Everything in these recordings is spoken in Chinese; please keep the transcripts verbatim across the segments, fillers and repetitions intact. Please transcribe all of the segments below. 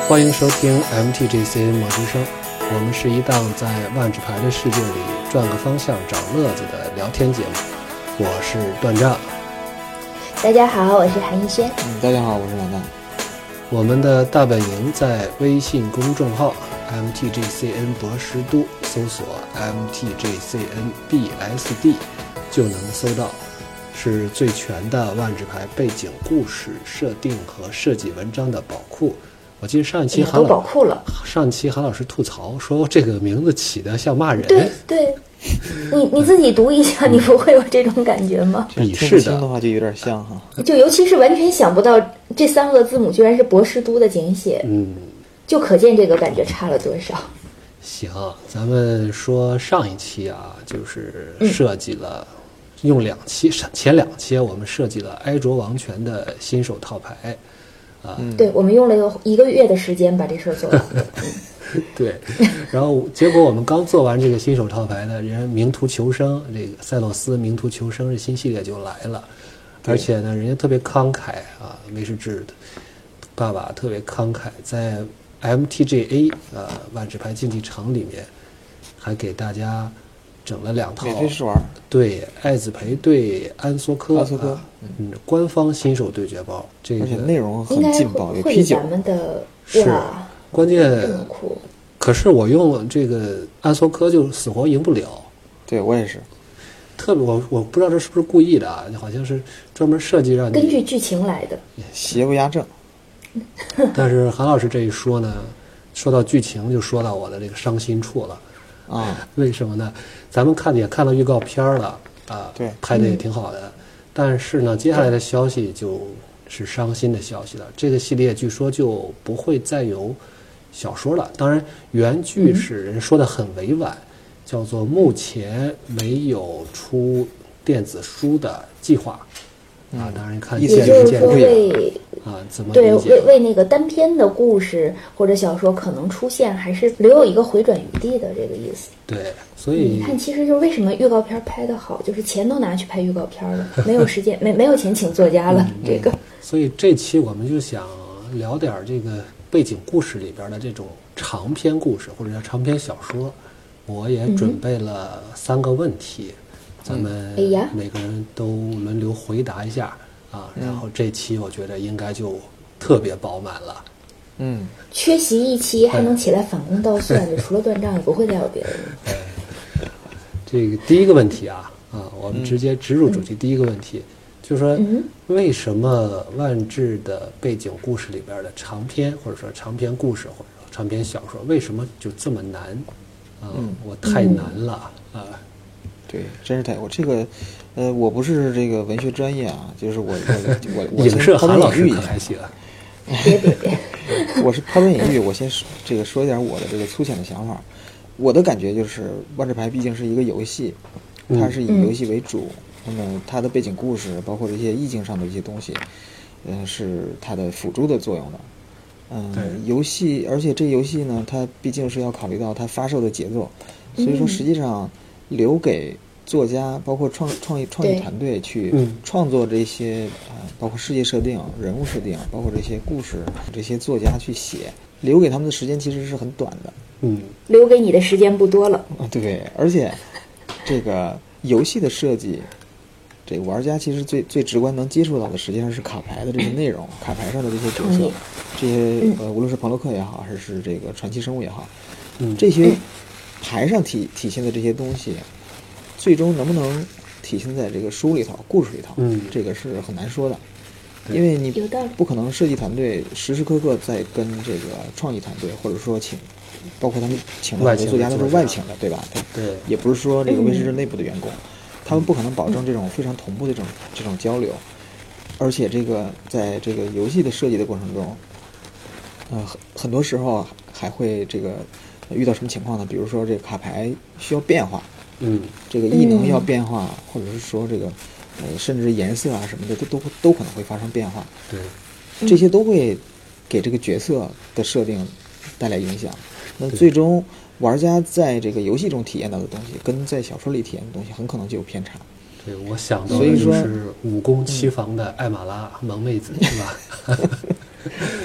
欢迎收听 M T G C N 魔之声，我们是一档在万智牌的世界里转个方向找乐子的聊天节目。我是段丈。 大家好，我是韩逸轩。 嗯，大家好，我是老大。 我们的大本营在微信公众号 M T G C N 博士都搜索 M T G C N B S D 就能搜到，是最全的万智牌背景故事设定和设计文章的宝库。我记得上一期韩老、 哎、 上一期韩老师吐槽说这个名字起得像骂人。 对对，你你自己读一下，你不会有这种感觉吗？ 鄙视的的话就有点像哈， 就尤其是完全想不到这三个字母居然是博士都的简写， 嗯， 就可见这个感觉差了多少。 行，咱们说上一期啊，就是设计了、嗯、用两期前两期我们设计了埃卓王权的新手套牌。啊、 嗯，对，我们用了一个月的时间把这事儿做完。 对，然后结果我们刚做完这个新手套牌呢，人名图求生，这个塞洛斯名图求生这新系列就来了，而且呢，人家特别慷慨啊，威士忌的爸爸特别慷慨，在 M T G A 啊万智牌竞技场里面，还给大家整了两套免费试玩，对， 艾子培对安索科， 安索科， 嗯，官方新手对决包，这个而且内容很劲爆，有啤酒， 咱们的是关键，可是我用这个安索科就死活赢不了。 对我也是， 特别我我不知道这是不是故意的啊，好像是专门设计让你根据剧情来的， 邪不压正。 但是韩老师这一说呢，说到剧情就说到我的这个伤心处了。 啊， 为什么呢？咱们看也看到预告片了啊， 对， 拍的也挺好的、嗯。但是呢，接下来的消息就是伤心的消息了。这个系列据说就不会再有小说了。当然，原剧是人说的很委婉，嗯、叫做目前没有出电子书的计划。 嗯、 啊，当然看也就是说为啊怎么对为为那个单篇的故事或者小说可能出现，还是留有一个回转余地的这个意思。 对，所以你看，其实就是为什么预告片拍得好，就是钱都拿去拍预告片了，没有时间没没有钱请作家了。嗯、这个， 所以这期我们就想聊点这个背景故事里边的这种长篇故事或者叫长篇小说。我也准备了三个问题。嗯咱们每个人都轮流回答一下、哎、啊，然后这期我觉得应该就特别饱满了。 嗯， 缺席一期还能起来反攻倒算，就除了断账也不会再有别的人。 哎，这个第一个问题啊啊，我们直接直入主题。第一个问题、嗯、就是说，为什么万智的背景故事里边的长篇或者说长篇故事或者说长篇小说为什么就这么难啊？ 嗯、 我太难了、嗯、啊。 对，真是太我这个，呃，我不是这个文学专业啊，就是我我我我影射韩老师可还行。 别别别， 我是抛砖引玉，我先这个说一点我的这个粗浅的想法。我的感觉就是万智牌毕竟是一个游戏，它是以游戏为主，那么、嗯、它的背景故事包括这些意境上的一些东西，嗯、呃，是它的辅助的作用的。嗯、呃，游戏，而且这游戏呢，它毕竟是要考虑到它发售的节奏，所以说实际上。留给作家，包括创创意创意团队去创作这些啊、呃，包括世界设定、人物设定，包括这些故事，这些作家去写，留给他们的时间其实是很短的。 嗯， 留给你的时间不多了。 啊，对，而且这个游戏的设计，这个玩家其实最最直观能接触到的，实际上是卡牌的这些内容，卡牌上的这些角色，这些呃，无论是庞洛克也好，还是这个传奇生物也好， 嗯， 这些。牌上体体现的这些东西，最终能不能体现在这个书里头、故事里头？ 嗯， 这个是很难说的，因为你不可能设计团队时时刻刻在跟这个创意团队，或者说请，包括他们请的很多作家都是外请的，对吧？ 对， 也不是说这个威士忌内部的员工，他们不可能保证这种非常同步的这种这种交流，而且这个在这个游戏的设计的过程中，呃，很很多时候还会这个。遇到什么情况呢？比如说这个卡牌需要变化， 嗯， 这个异能要变化，嗯、或者是说这个呃，甚至颜色啊什么的都都都可能会发生变化。 对， 这些都会给这个角色的设定带来影响。那最终玩家在这个游戏中体验到的东西，跟在小说里体验的东西很可能就有偏差。 对，我想到的就是武功七房的艾玛拉萌妹子，是吧？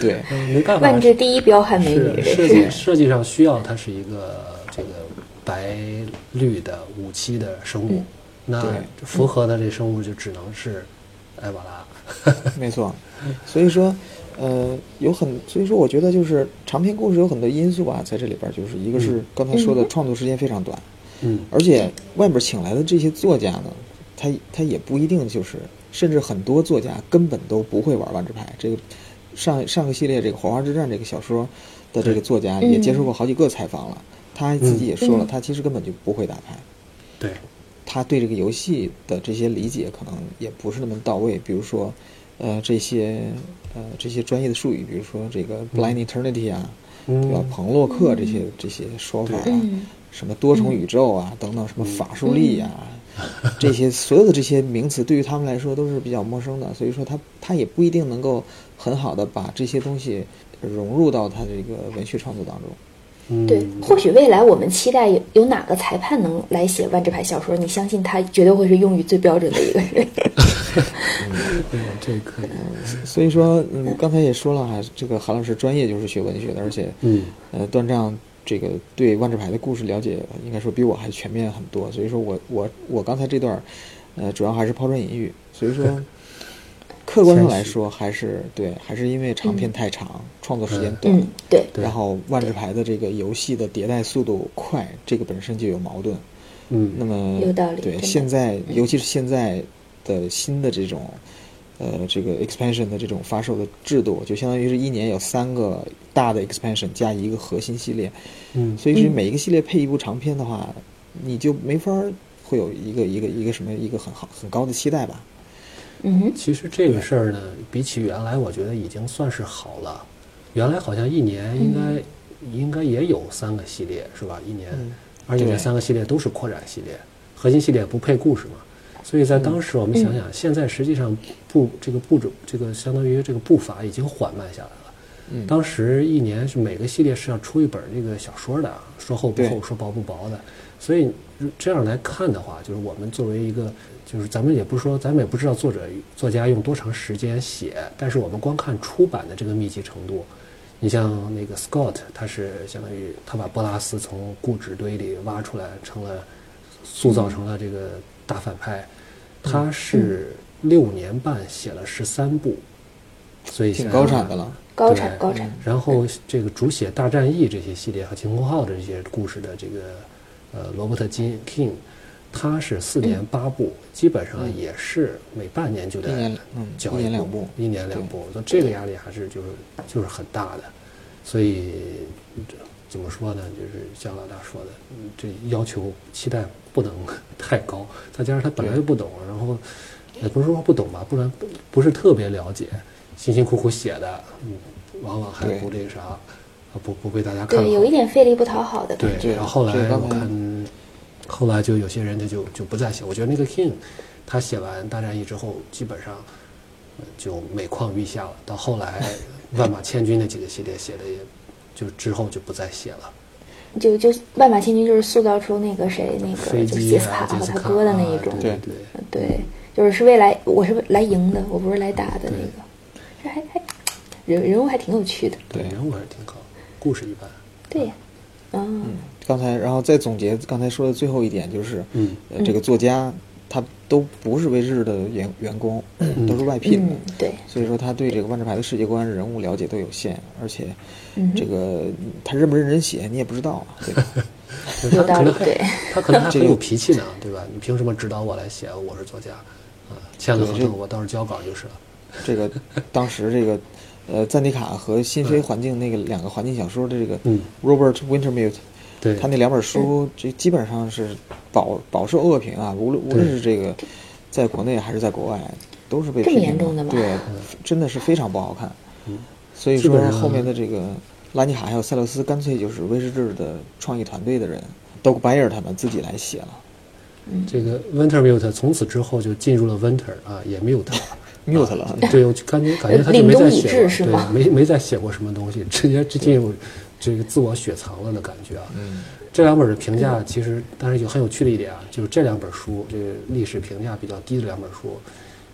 对， 嗯，没办法， 万智第一彪悍美女， 是设计设计上需要它是一个这个白绿的五七的生物， 嗯、 那符合的这生物就只能是艾瓦拉。 没错，所以说。呃，有很，所以说我觉得就是长篇故事有很多因素啊，在这里边就是一个是刚才说的创作时间非常短， 嗯， 而且外边请来的这些作家呢，他他也不一定就是，甚至很多作家根本都不会玩万智牌。这个上上个系列这个《火花之战》这个小说的这个作家也接受过好几个采访了，他自己也说了，他其实根本就不会打牌， 对， 他对这个游戏的这些理解可能也不是那么到位，比如说。呃，这些呃这些专业的术语，比如说这个 blind eternity 啊， 嗯、 对吧？彭洛克这些这些说法啊， 嗯、 什么多重宇宙啊、嗯、等等，什么法术力啊，嗯、这些所有的这些名词对于他们来说都是比较陌生的，所以说他他也不一定能够很好的把这些东西融入到他这个文学创作当中。 对，或许未来我们期待有有哪个裁判能来写万智牌小说，你相信他绝对会是用语最标准的一个人。 嗯，这可以。 所以说，嗯，刚才也说了哈，这个韩老师专业就是学文学的，而且， 嗯， 呃，段丈这个对万智牌的故事了解，应该说比我还全面很多。所以说我我我刚才这段，呃，主要还是抛砖引玉。所以说，客观上来说，还是对，还是因为长篇太长，嗯、创作时间短， 嗯，对， 然后万智牌的这个游戏的迭代速度快，这个本身就有矛盾。 嗯， 那么有道理。 对，现在尤其是现在的新的这种，呃，这个 expansion 的这种发售的制度，就相当于是一年有三个大的 expansion 加一个核心系列。 嗯， 所以是每一个系列配一部长篇的话，你就没法会有一个一个一个什么一个很好很高的期待吧。 嗯， 其实这个事儿呢，比起原来，我觉得已经算是好了。原来好像一年应该、嗯、应该也有三个系列，是吧？一年， 嗯、 而且这三个系列都是扩展系列，核心系列不配故事嘛。所以在当时，我们想想，嗯、现在实际上步这个步骤，这个相当于这个步伐已经缓慢下来了。 嗯， 当时一年是每个系列是要出一本这个小说的，说厚不厚，说薄不薄的。所以这样来看的话，就是我们作为一个。就是咱们也不是说，咱们也不知道作者作家用多长时间写，但是我们光看出版的这个密集程度，你像那个 Scott， 他是相当于他把波拉斯从固执堆里挖出来，成了塑造成了这个大反派，他是六年半写了十三部，所以挺高产的了， 高产高产。 然后这个主写大战役这些系列和晴空号的这些故事的这个呃罗伯特金 King。他是四年八部、嗯，基本上也是每半年就得交一年两部， 一年两部。所以这个压力还是就是就是很大的。所以怎么说呢？就是像老大说的，这要求期待不能太高。再加上他本来就不懂，然后也不是说不懂吧，不然不是特别了解，辛辛苦苦写的，嗯，往往还不这个啥，不不被大家看好。 对，有一点费力不讨好的感觉。对，然后后来我看。后来就有些人他就就不再写，我觉得那个 King， 他写完大战役之后，基本上就每况愈下了。到后来万马千军那几个系列写的也，就之后就不再写了。 就就万马千军就是塑造出那个谁那个就是杰斯卡和他哥的那一种， 对对对，就是是未来我是来赢的，我不是来打的那个，这还还人人物还挺有趣的， 对人物还是挺好，故事一般。 对呀， 嗯。刚才，然后再总结刚才说的最后一点，就是， 嗯， 呃，这个作家他都不是威士的员员工，嗯、都是外聘的、 嗯，对， 所以说他对这个万智牌的世界观、人物了解都有限，而且，这个他认不认真写你也不知道啊，对吧？ 有道理，对， 他可能还很有脾气呢，对吧？你凭什么指导我来写？我是作家，啊，签个合同我到时候交稿就是了。 这个当时这个。呃，赞迪卡和新飞环境那个两个环境小说的这个 Robert Wintermute，、嗯、 对他那两本书，这基本上是饱饱受恶评啊。无论无论是这个在国内还是在国外，都是被批评的。 这么严重的吗？ 对，真的是非常不好看。 嗯， 所以说后面的这个拉尼卡还有塞勒斯，干脆就是威士忌的创意团队的人 ，Doug Beyer 他们自己来写了。 嗯， 这个 Wintermute 从此之后就进入了 Winter 啊，也 mute 了。 mute 了， 对，我感觉感觉他就没再写过， 对， 没没再写过什么东西，直接进入这个自我雪藏了的感觉啊。 嗯， 这两本的评价其实，当然有很有趣的一点啊，就是这两本书，这个历史评价比较低的两本书，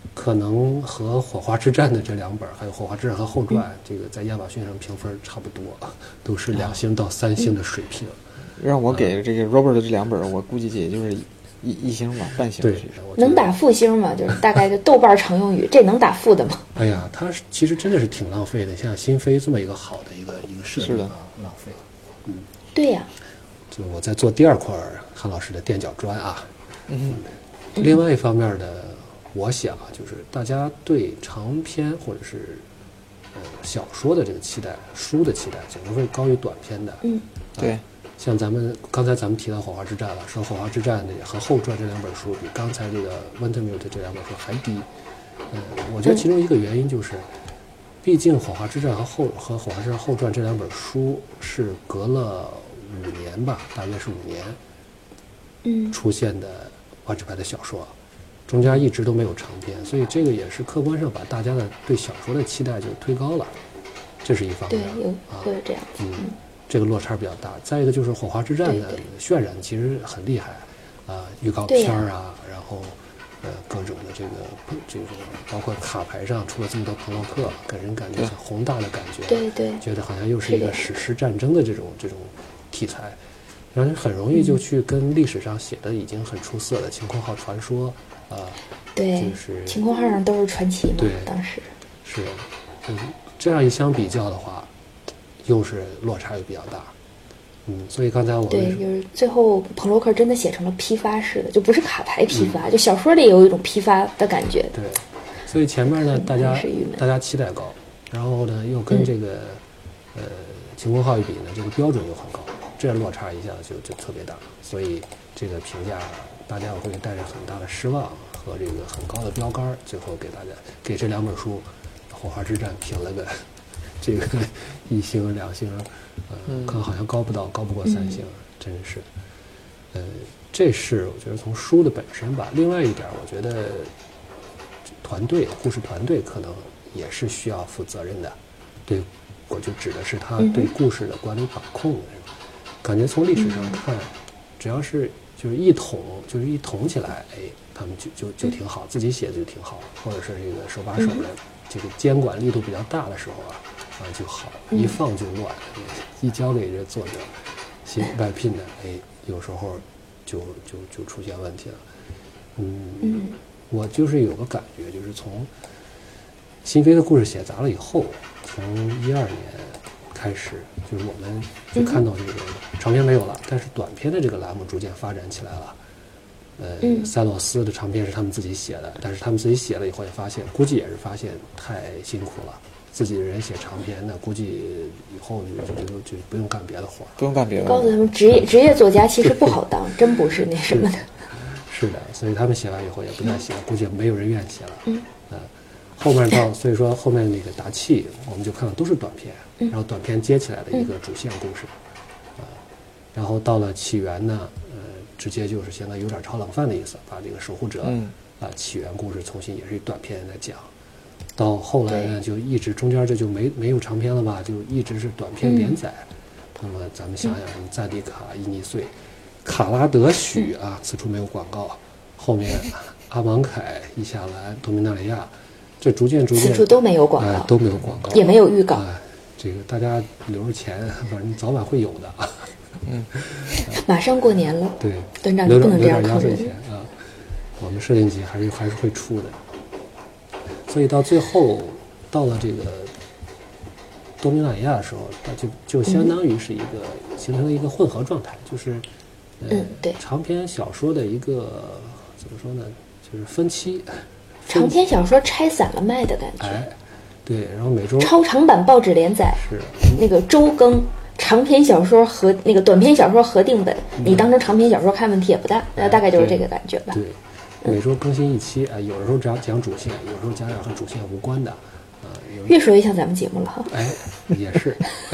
可能和《火花之战》的这两本，还有《火花之战》和后传，嗯、这个在亚马逊上评分差不多，都是两星到三星的水平。 嗯、让我给这个 Robert 的这两本，我估计也就是一一星吧，半星。 对， 能打负星吗？就是大概就豆瓣常用语，这能打负的吗？ 哎呀，它其实真的是挺浪费的，像新飞这么一个好的一个一个设计啊，浪费。嗯， 对呀、啊。 就我在做第二块韩老师的垫脚砖啊。嗯。另外一方面的。我想啊，就是大家对长篇或者是呃小说的这个期待，书的期待，总是会高于短篇的。 嗯， 对、 啊。像咱们刚才咱们提到《火花之战》了，说《火花之战》和后传这两本书比刚才这个《Wintermute》这两本书还低。嗯，我觉得其中一个原因就是，毕竟《火花之战》和后和《火花之战》后传这两本书是隔了五年吧，大约是五年， 嗯， 出现的万智牌的小说。中间一直都没有长篇，所以这个也是客观上把大家的对小说的期待就推高了，这是一方面。 对，有会有这样。 嗯，这个落差比较大。再一个就是《火花之战》的渲染其实很厉害，啊、呃，预告片啊，然后呃各种的这个这个包括卡牌上出了这么多朋洛克，给人感觉很宏大的感觉。 对对， 觉得好像又是一个史诗战争的这种这种题材，然后很容易就去跟历史上写的已经很出色的《晴空号传说》。啊， 对， 就是晴空号上都是传奇嘛， 对， 当时是，嗯，这样一相比较的话，又是落差又比较大，嗯，所以刚才我对，就是最后彭洛克真的写成了批发式的，就不是卡牌批发，嗯、就小说里有一种批发的感觉。 对，所以前面呢，大家大家期待高，然后呢又跟这个、嗯、呃晴空号一比呢，这个标准又很高，这样落差一下就就特别大，所以这个评价。大家会带着很大的失望和这个很高的标杆，最后给大家给这两本书《火花之战》评了个这个一星两星，呃，可好像高不到，高不过三星，嗯、真是。呃，这是我觉得从书的本身吧。另外一点，我觉得团队故事团队可能也是需要负责任的。对，我就指的是他对故事的管理把控的。嗯、感觉从历史上看，只要是就是一统，就是一统起来，哎，他们就就就挺好，自己写的就挺好，或者是这个手把手的，这个监管力度比较大的时候啊，啊就好，一放就乱，一交给这作者新外聘的，哎，有时候就就就出现问题了。嗯，我就是有个感觉，就是从新飞的故事写砸了以后，从一二年开始，就是我们就看到这个长篇没有了，但是短篇的这个栏目逐渐发展起来了。呃， 嗯、 塞洛斯的长篇是他们自己写的，但是他们自己写了以后也发现，估计也是发现太辛苦了，自己人写长篇的，估计以后就就就就不用干别的活， 不用干别的。 告诉他们，职业职业作家其实不好当，真不是那什么的。 是的，所以他们写完以后也不再写，估计没有人愿意写了。 嗯。 呃，后面到所以说后面那个达契，我们就看到都是短篇， 嗯、 然后短篇接起来的一个主线故事，啊、嗯呃，然后到了起源呢，呃，直接就是现在有点炒冷饭的意思，把这个守护者啊、 嗯呃、起源故事重新也是短篇来讲，到后来呢就一直中间这就没没有长篇了吧，就一直是短篇连载。嗯、那么咱们想想，什么赞迪卡、伊尼穗。卡拉德许啊，此处没有广告。后面阿芒凯、伊夏兰、多米纳里亚，这逐渐逐渐， 此处都没有广告， 呃、都没有广告， 也没有预告。 呃、这个大家留着钱，反正早晚会有的。 嗯， 马上过年了， 对， 团长你不能这样坑人啊！我们设定集还是还是会出的，所以到最后到了这个多米纳里亚的时候，它就就相当于是一个、嗯、形成了一个混合状态，就是。呃、 嗯，对， 长篇小说的一个怎么说呢，就是分期。 长篇小说拆散了卖的感觉。 哎，对，然后每周超长版报纸连载是那个周更，长篇小说和那个短篇小说合订本，嗯、你当成长篇小说看问题也不大，那、哎、大概就是这个感觉吧。 对，对每周更新一期，哎，有的时候讲讲主线，有时候讲讲和主线无关的，啊、呃， 越说越像咱们节目了哈。 哎，也是。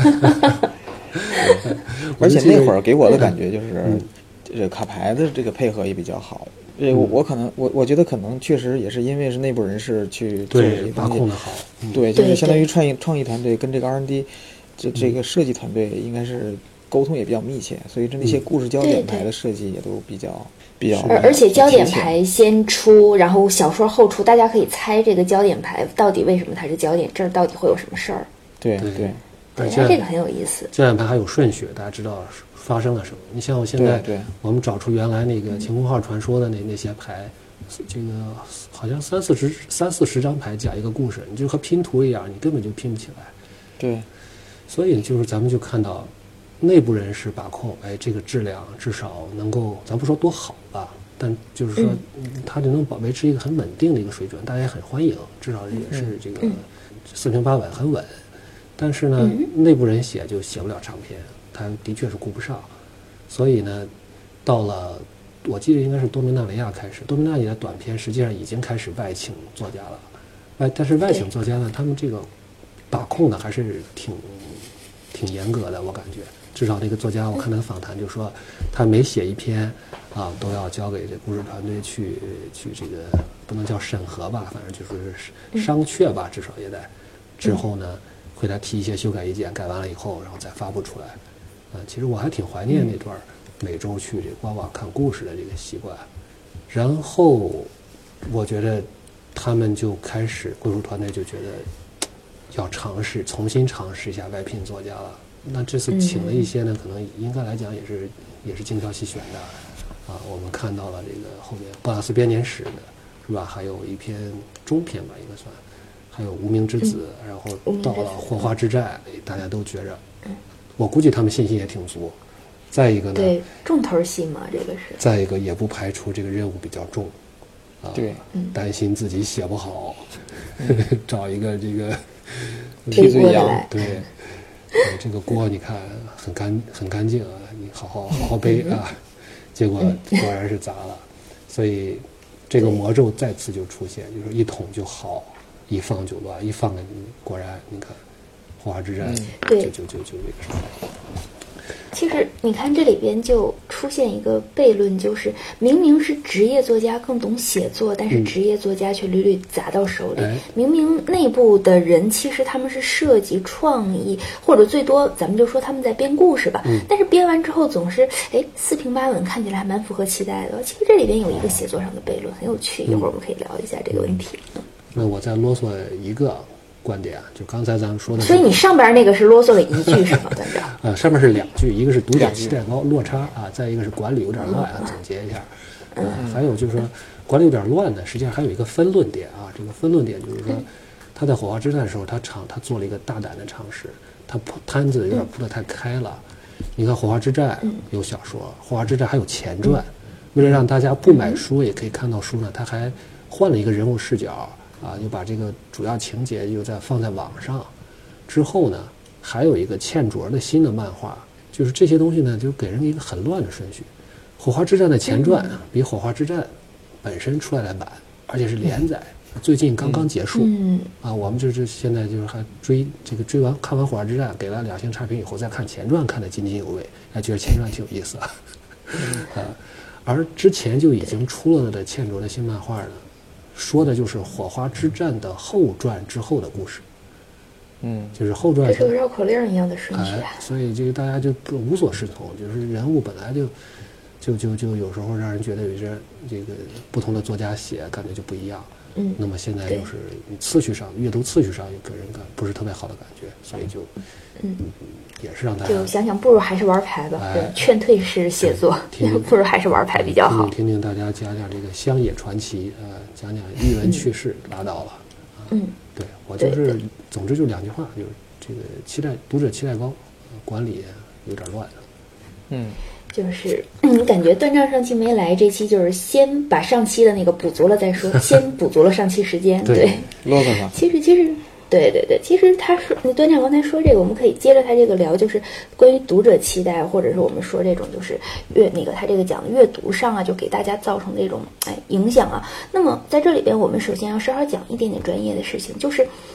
而且那会儿给我的感觉就是，嗯、这个卡牌的这个配合也比较好。这我我可能我我觉得可能确实也是因为是内部人士去做这些把控的好， 嗯、对，就是相当于创意创意团队跟这个 R and D 这这个设计团队应该是沟通也比较密切，所以这那些故事焦点牌的设计也都比较、嗯、比较。 而而且焦点牌先出，然后小说后出，大家可以猜这个焦点牌到底为什么它是焦点，这儿到底会有什么事儿。 对对对， 而且这个很有意思。 焦点牌还有顺序，大家知道发生了什么。你像我现在， 对对我们找出原来那个晴空号传说的那那些牌。这个好像三四十三四十张牌讲一个故事，你就和拼图一样，你根本就拼不起来。 对，所以就是咱们就看到，内部人士把控，哎，这个质量至少能够，咱不说多好吧，但就是说，嗯、它就能保维持一个很稳定的一个水准，大家也很欢迎，至少也是这个、嗯、四平八稳，很稳。但是呢，嗯、内部人写就写不了长篇，他的确是顾不上，所以呢，到了。我记得应该是多米纳里亚开始，多米纳里的短篇实际上已经开始外请作家了，哎，但是外请作家呢，他们这个把控的还是挺挺严格的，我感觉。至少那个作家，我看他的访谈就说，他每写一篇啊，都要交给这故事团队去去这个不能叫审核吧，反正就是商榷吧，至少也得。之后呢，会来提一些修改意见，改完了以后，然后再发布出来。啊，其实我还挺怀念那段。每周去这官网看故事的这个习惯，然后我觉得他们就开始贵书团队就觉得要尝试重新尝试一下外聘作家了。那这次请了一些呢，可能应该来讲也是也是精挑细选的啊。我们看到了这个后面布拉斯编年史的是吧？还有一篇中篇吧，应该算，还有无名之子， 嗯、 然后到了火花之战，大家都觉着，我估计他们信心也挺足。再一个呢， 对重头戏嘛，这个是。 再一个也不排除这个任务比较重，啊， 对， 担心自己写不好， 嗯、 找一个这个替罪羊， 对，这个锅你看很干很干净啊，你好好好好背啊，结果果然是砸了，所以这个魔咒再次就出现，就是一捅就好，一放就乱，一放果然你看，火花之战就就就就这个什么。 其实你看这里边就出现一个悖论，就是明明是职业作家更懂写作，但是职业作家却屡屡砸到手里。 嗯、 明明内部的人其实他们是设计创意，或者最多咱们就说他们在编故事吧， 嗯、 但是编完之后总是哎四平八稳，看起来还蛮符合期待的。其实这里边有一个写作上的悖论，很有趣，一会儿我们可以聊一下这个问题。 嗯、那我再啰嗦一个观点，就刚才咱们说的， 所以你上边那个是啰嗦了一句是吗，团长？ 呃，上面是两句，一个是读者期待高落差啊，再一个是管理有点乱啊。总结一下，呃，还有就是说管理有点乱呢，实际上还有一个分论点啊。这个分论点就是说，他在火花之战的时候，他尝他做了一个大胆的尝试，他铺摊子有点铺得太开了。你看火花之战有小说，火花之战还有前传，为了让大家不买书也可以看到书呢，他还换了一个人物视角。啊，就把这个主要情节又再放在网上，之后呢，还有一个嵌着的新的漫画，就是这些东西呢，就给人一个很乱的顺序。火花之战的前传比火花之战本身出来的晚，而且是连载，最近刚刚结束。 嗯啊，我们就是现在就是还追这个追完看完火花之战，给了两星差评以后，再看前传看得津津有味，还觉得前传挺有意思啊。啊，而之前就已经出了的嵌着的新漫画呢。说的就是火花之战的后传之后的故事， 嗯， 就是后传， 这是个绕口令一样的顺序、啊哎，所以这个大家就不无所适从，就是人物本来就就就就有时候让人觉得有些这个不同的作家写感觉就不一样， 嗯， 那么现在就是次序上阅读次序上也给人感不是特别好的感觉，所以就嗯。 也是让大家就想想，不如还是玩牌吧。 哎、 劝退式写作，不如还是玩牌比较好。 听听大家讲讲这个乡野传奇，呃，讲讲译文趣事，嗯、拉倒了。啊、 嗯， 对我就是，总之就两句话，就是这个期待读者期待高，管理有点乱。 嗯， 就是你感觉断章上期没来，这期就是先把上期的那个补足了再说，先补足了上期时间。对， 啰嗦吧。 其实其实。对对对，其实他说，端长刚才说这个，我们可以接着他这个聊，就是关于读者期待，或者是我们说这种就是阅那个他这个讲的阅读上啊，就给大家造成这种哎影响啊。那么在这里边，我们首先要稍稍讲一点点专业的事情，就是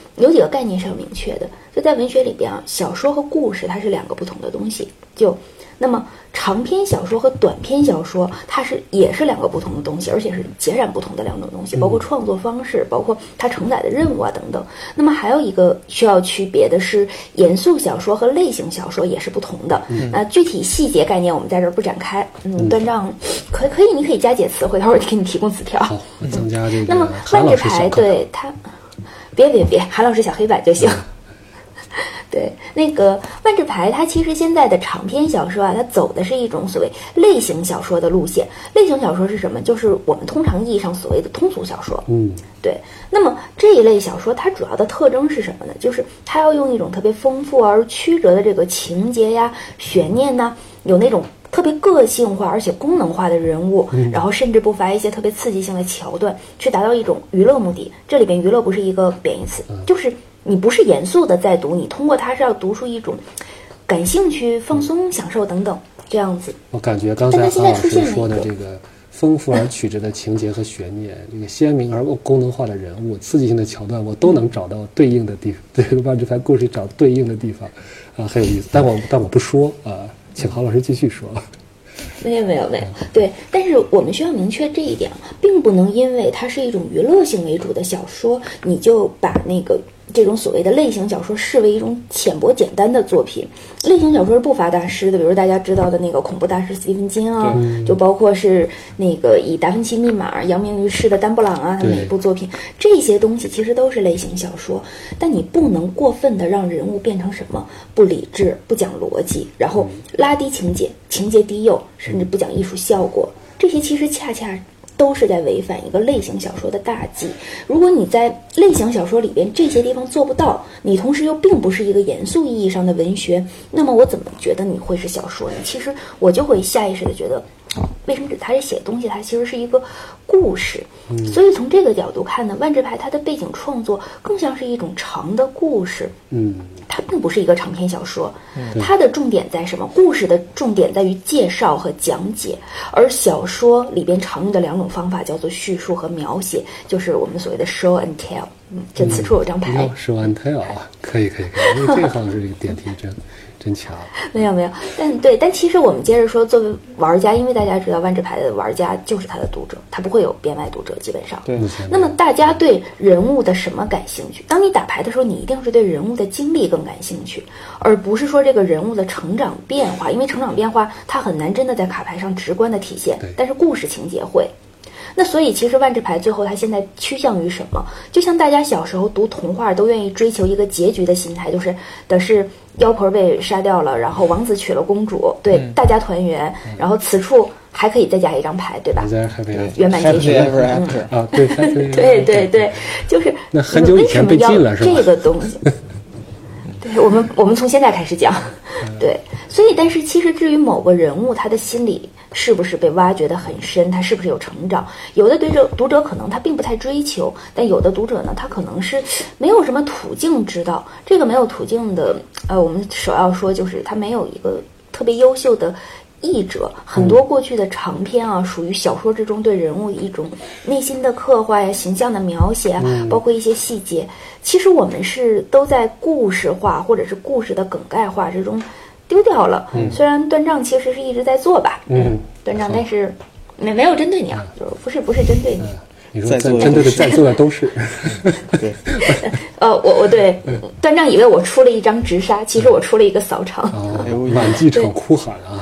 有几个概念是要明确的，就在文学里边啊，小说和故事它是两个不同的东西。就那么长篇小说和短篇小说，它是也是两个不同的东西，而且是截然不同的两种东西，包括创作方式，包括它承载的任务啊等等。那么还有一个需要区别的是，严肃小说和类型小说也是不同的。嗯、呃，具体细节概念我们在这儿不展开。嗯，端丈可可以，你可以加解词，回头我给你提供词条。 好，增加这个。 那么万智牌对它，别别别，韩老师小黑板就行。嗯对，那个万智牌，它其实现在的长篇小说啊，它走的是一种所谓类型小说的路线。类型小说是什么？就是我们通常意义上所谓的通俗小说。 嗯， 对。那么这一类小说，它主要的特征是什么呢？就是它要用一种特别丰富而曲折的这个情节呀、悬念呐，有那种特别个性化而且功能化的人物，嗯、然后甚至不乏一些特别刺激性的桥段，去达到一种娱乐目的。这里边娱乐不是一个贬义词，嗯、就是你不是严肃的在读，你通过它是要读出一种感兴趣、放松、享受等等这样子。 我感觉刚才韩老师说的这个丰富而曲折的情节和悬念，这个鲜明而功能化的人物、刺激性的桥段，我都能找到对应的地方，对这个万智牌故事找对应的地方，啊，很有意思。但我但我不说啊，请郝老师继续说。 没有没有没有，对，但是我们需要明确这一点，并不能因为它是一种娱乐性为主的小说，你就把那个这种所谓的类型小说视为一种浅薄简单的作品。类型小说是不乏大师的，比如大家知道的那个恐怖大师斯蒂芬金啊，就包括是那个以达芬奇密码扬名于世的丹布朗啊，他每一部作品，这些东西其实都是类型小说。但你不能过分的让人物变成什么不理智、不讲逻辑，然后拉低情节、情节低幼，甚至不讲艺术效果，这些其实恰恰都是在违反一个类型小说的大忌。如果你在类型小说里边这些地方做不到，你同时又并不是一个严肃意义上的文学，那么我怎么觉得你会是小说呢？其实我就会下意识的觉得，为什么他这写的东西它其实是一个故事。嗯、所以从这个角度看呢，万智牌它的背景创作更像是一种长的故事。 嗯， 它并不是一个长篇小说，它的重点在什么？故事的重点在于介绍和讲解，而小说里边常用的两种方法叫做叙述和描写，就是我们所谓的 show and tell。嗯，这此处有张牌。 嗯、show and tell 啊，可以可以可以，因为这个好像是这个点题真真强。 没有没有，但对，但其实我们接着说，作为玩家，因为大家知道万智牌的玩家就是他的读者，他不会有编外读者，基本上。 对。 那么大家对人物的什么感兴趣？当你打牌的时候，你一定是对人物的经历更感兴趣，而不是说这个人物的成长变化，因为成长变化它很难真的在卡牌上直观的体现，但是故事情节会。那所以其实万智牌最后它现在趋向于什么？就像大家小时候读童话都愿意追求一个结局的心态，就是的是妖婆被杀掉了，然后王子娶了公主，对、嗯、大家团圆，然后此处还可以再加一张牌，对吧？圆满结局。 嗯、啊，对对对对，就是那很久以前被禁了是吧？ 这个东西。对，我们我们从现在开始讲，对，所以但是其实至于某个人物他的心理是不是被挖掘得很深，他是不是有成长，有的读者读者可能他并不太追求，但有的读者呢，他可能是没有什么途径知道。这个没有途径的，呃，我们首要说就是他没有一个特别优秀的译者。很多过去的长篇啊，属于小说之中对人物一种内心的刻画呀、形象的描写啊，包括一些细节。其实我们是都在故事化或者是故事的梗概化之中丢掉了。嗯、虽然端丈其实是一直在做吧， 嗯， 端丈，但是没没有针对你啊，就是不是不是针对你。 嗯、你说针对的在座的都是。 对。 呃，我我对端丈以为我出了一张直杀，其实我出了一个扫场。 哦，满机场哭喊啊！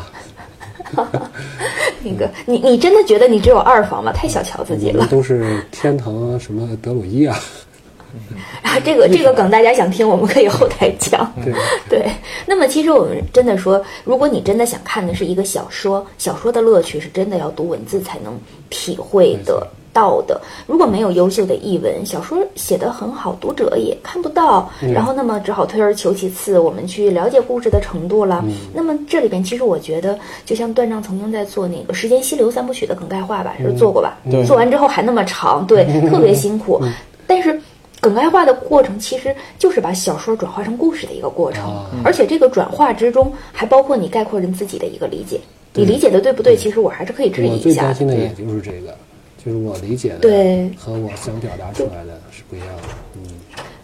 那个，你你真的觉得你只有二房吗？太小瞧自己了。 都是天堂什么德鲁伊啊。 啊，这个这个梗大家想听，我们可以后台讲。 对对。那么其实我们真的说，如果你真的想看的是一个小说，小说的乐趣是真的要读文字才能体会得到的。如果没有优秀的译文，小说写得很好，读者也看不到。嗯、然后那么只好退而求其次，我们去了解故事的程度了。嗯、那么这里边其实我觉得，就像段丈曾经在做那个《时间溪流》三部曲的梗概化吧，是做过吧？ 嗯、 做完之后还那么长，对，特别辛苦。嗯、但是梗概化的过程其实就是把小说转化成故事的一个过程，哦嗯、而且这个转化之中还包括你概括人自己的一一个理解。你理解的对不对？其实我还是可以质疑一下。 我最担心的也就是这个，就是我理解的对和我想表达出来的是不一样的。嗯，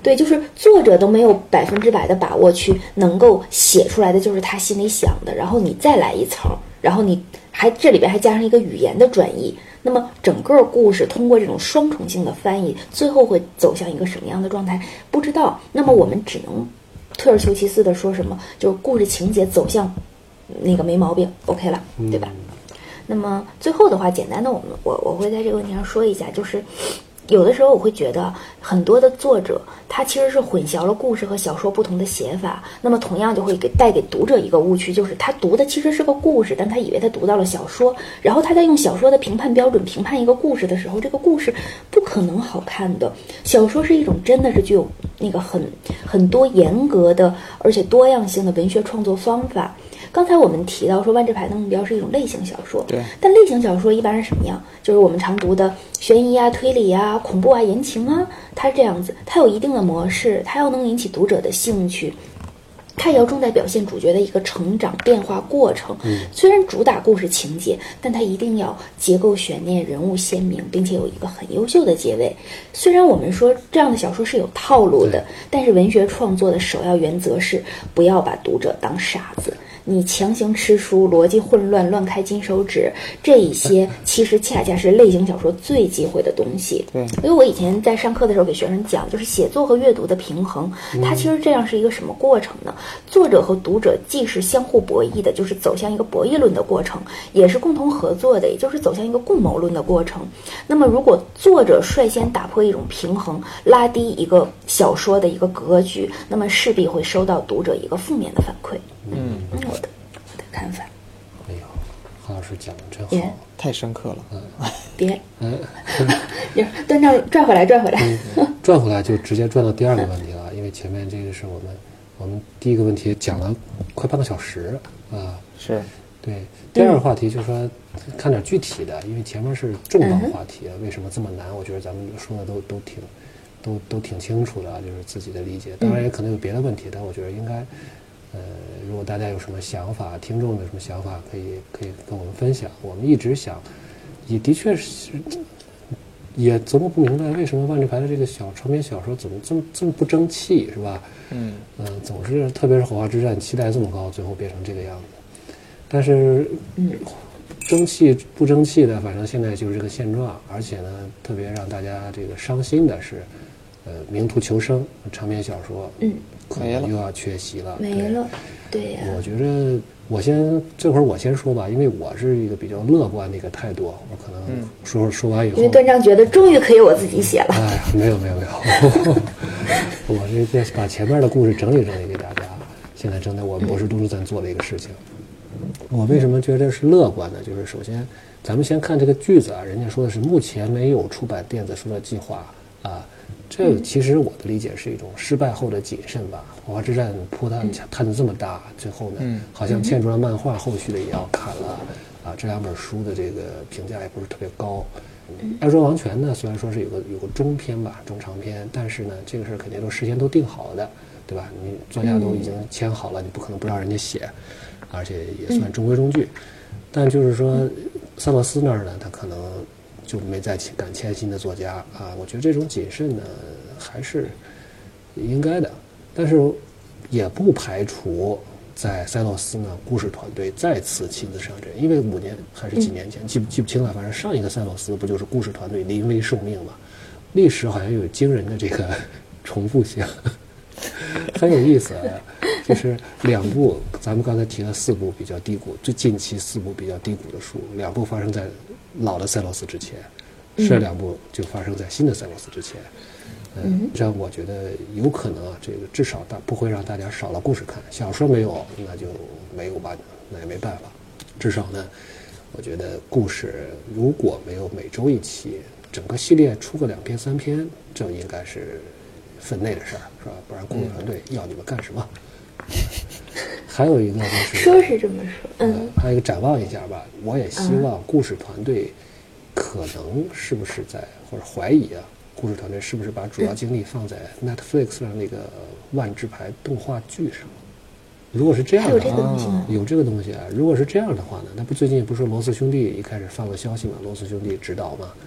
对，就是作者都没有百分之百的把握去能够写出来的就是他心里想的，然后你再来一层，然后你还这里边还加上一个语言的转译，那么整个故事通过这种双重性的翻译，最后会走向一个什么样的状态不知道。那么我们只能退而求其次的说什么，就是故事情节走向那个没毛病 OK 了，对吧？嗯、那么最后的话，简单的我们我我会在这个问题上说一下，就是有的时候我会觉得很多的作者他其实是混淆了故事和小说不同的写法，那么同样就会给带给读者一个误区，就是他读的其实是个故事，但他以为他读到了小说，然后他在用小说的评判标准评判一个故事的时候，这个故事不可能好看的。小说是一种真的是具有那个很很多严格的而且多样性的文学创作方法。刚才我们提到说万智牌的目标是一种类型小说， 对， 但类型小说一般是什么样？就是我们常读的悬疑啊、推理啊、恐怖啊、言情啊，它是这样子，它有一定的模式，它要能引起读者的兴趣，它也要重在表现主角的一个成长变化过程。嗯，虽然主打故事情节，但它一定要结构悬念、人物鲜明，并且有一个很优秀的结尾。虽然我们说这样的小说是有套路的，但是文学创作的首要原则是不要把读者当傻子。你强行吃书，逻辑混乱，乱开金手指，这一些其实恰恰是类型小说最忌讳的东西。 对， 因为我以前在上课的时候给学生讲，就是写作和阅读的平衡，它其实这样是一个什么过程呢？作者和读者既是相互博弈的，就是走向一个博弈论的过程，也是共同合作的，也就是走向一个共谋论的过程。那么如果作者率先打破一种平衡，拉低一个小说的一个格局，那么势必会收到读者一个负面的反馈。嗯，我的我的看法。 哎呦，郝老师讲的真好， yeah. 太深刻了。 嗯， 别， 嗯， 端上转回来，转回来、 嗯，转回来就直接转到第二个问题了，因为前面这个是我们我们第一个问题讲了快半个小时啊， 是对。第二个话题就是说看点具体的，因为前面是重磅话题，为什么这么难？我觉得咱们说的都都挺都都挺清楚的，就是自己的理解。当然也可能有别的问题，但我觉得应该。呃，如果大家有什么想法，听众有什么想法，可以可以跟我们分享。我们一直想，也的确是，也琢磨不明白为什么万智牌的这个小长篇小说怎么这么这么不争气，是吧？嗯嗯、呃，总是特别是火花之战期待这么高，最后变成这个样子。但是，嗯，争气不争气的，反正现在就是这个现状。而且呢，特别让大家这个伤心的是，呃，名图求生长篇小说， 嗯。 可能又要缺席了， 没了，对呀、啊。 我觉得我先这会儿我先说吧，因为我是一个比较乐观的一个态度，我可能说、嗯、说完以后， 因为段章觉得终于可以我自己写了。 哎，没有没有没有，我是在把前面的故事整理整理给大家。现在正在我们博士读书站做的一个事情。嗯、我为什么觉得是乐观呢？就是首先，咱们先看这个句子啊，人家说的是目前没有出版电子书的计划啊。这个其实我的理解是一种失败后的谨慎吧。火花之战铺摊摊子这么大，最后呢，嗯、好像欠出了漫画后续的也要砍了啊。这两本书的这个评价也不是特别高。爱说王权呢，虽然说是有个有个中篇吧，中长篇，但是呢，这个事儿肯定都事先都定好的，对吧？你作家都已经签好了，你不可能不让人家写，而且也算中规中矩。但就是说，萨洛斯那儿呢，他可能。就没再敢签新的作家啊，我觉得这种谨慎呢还是应该的，但是也不排除在塞洛斯呢故事团队再次亲自上阵，因为五年还是几年前、嗯、记不记不清了，反正上一个塞洛斯不就是故事团队临危受命嘛，历史好像有惊人的这个重复性，很有意思啊。就是两部，咱们刚才提了四部比较低谷，最近期四部比较低谷的书，两部发生在老的塞洛斯之前，这两部就发生在新的塞洛斯之前。嗯，这样我觉得有可能啊，这个至少大不会让大家少了故事看。小说没有，那就没有吧，那也没办法。至少呢，我觉得故事如果没有每周一期，整个系列出个两篇三篇，这应该是分内的事儿，是吧？不然故事团队要你们干什么？还有一个就是说是这么说，嗯、 呃，还有一个展望一下吧。我也希望故事团队可能是不是在或者怀疑啊，故事团队是不是把主要精力放在 Netflix 上那个万智牌动画剧上？如果是这样的话， 有这个东西吗？ 有这个东西啊。如果是这样的话呢，那不最近不是罗斯兄弟一开始放个消息嘛？罗斯兄弟指导嘛，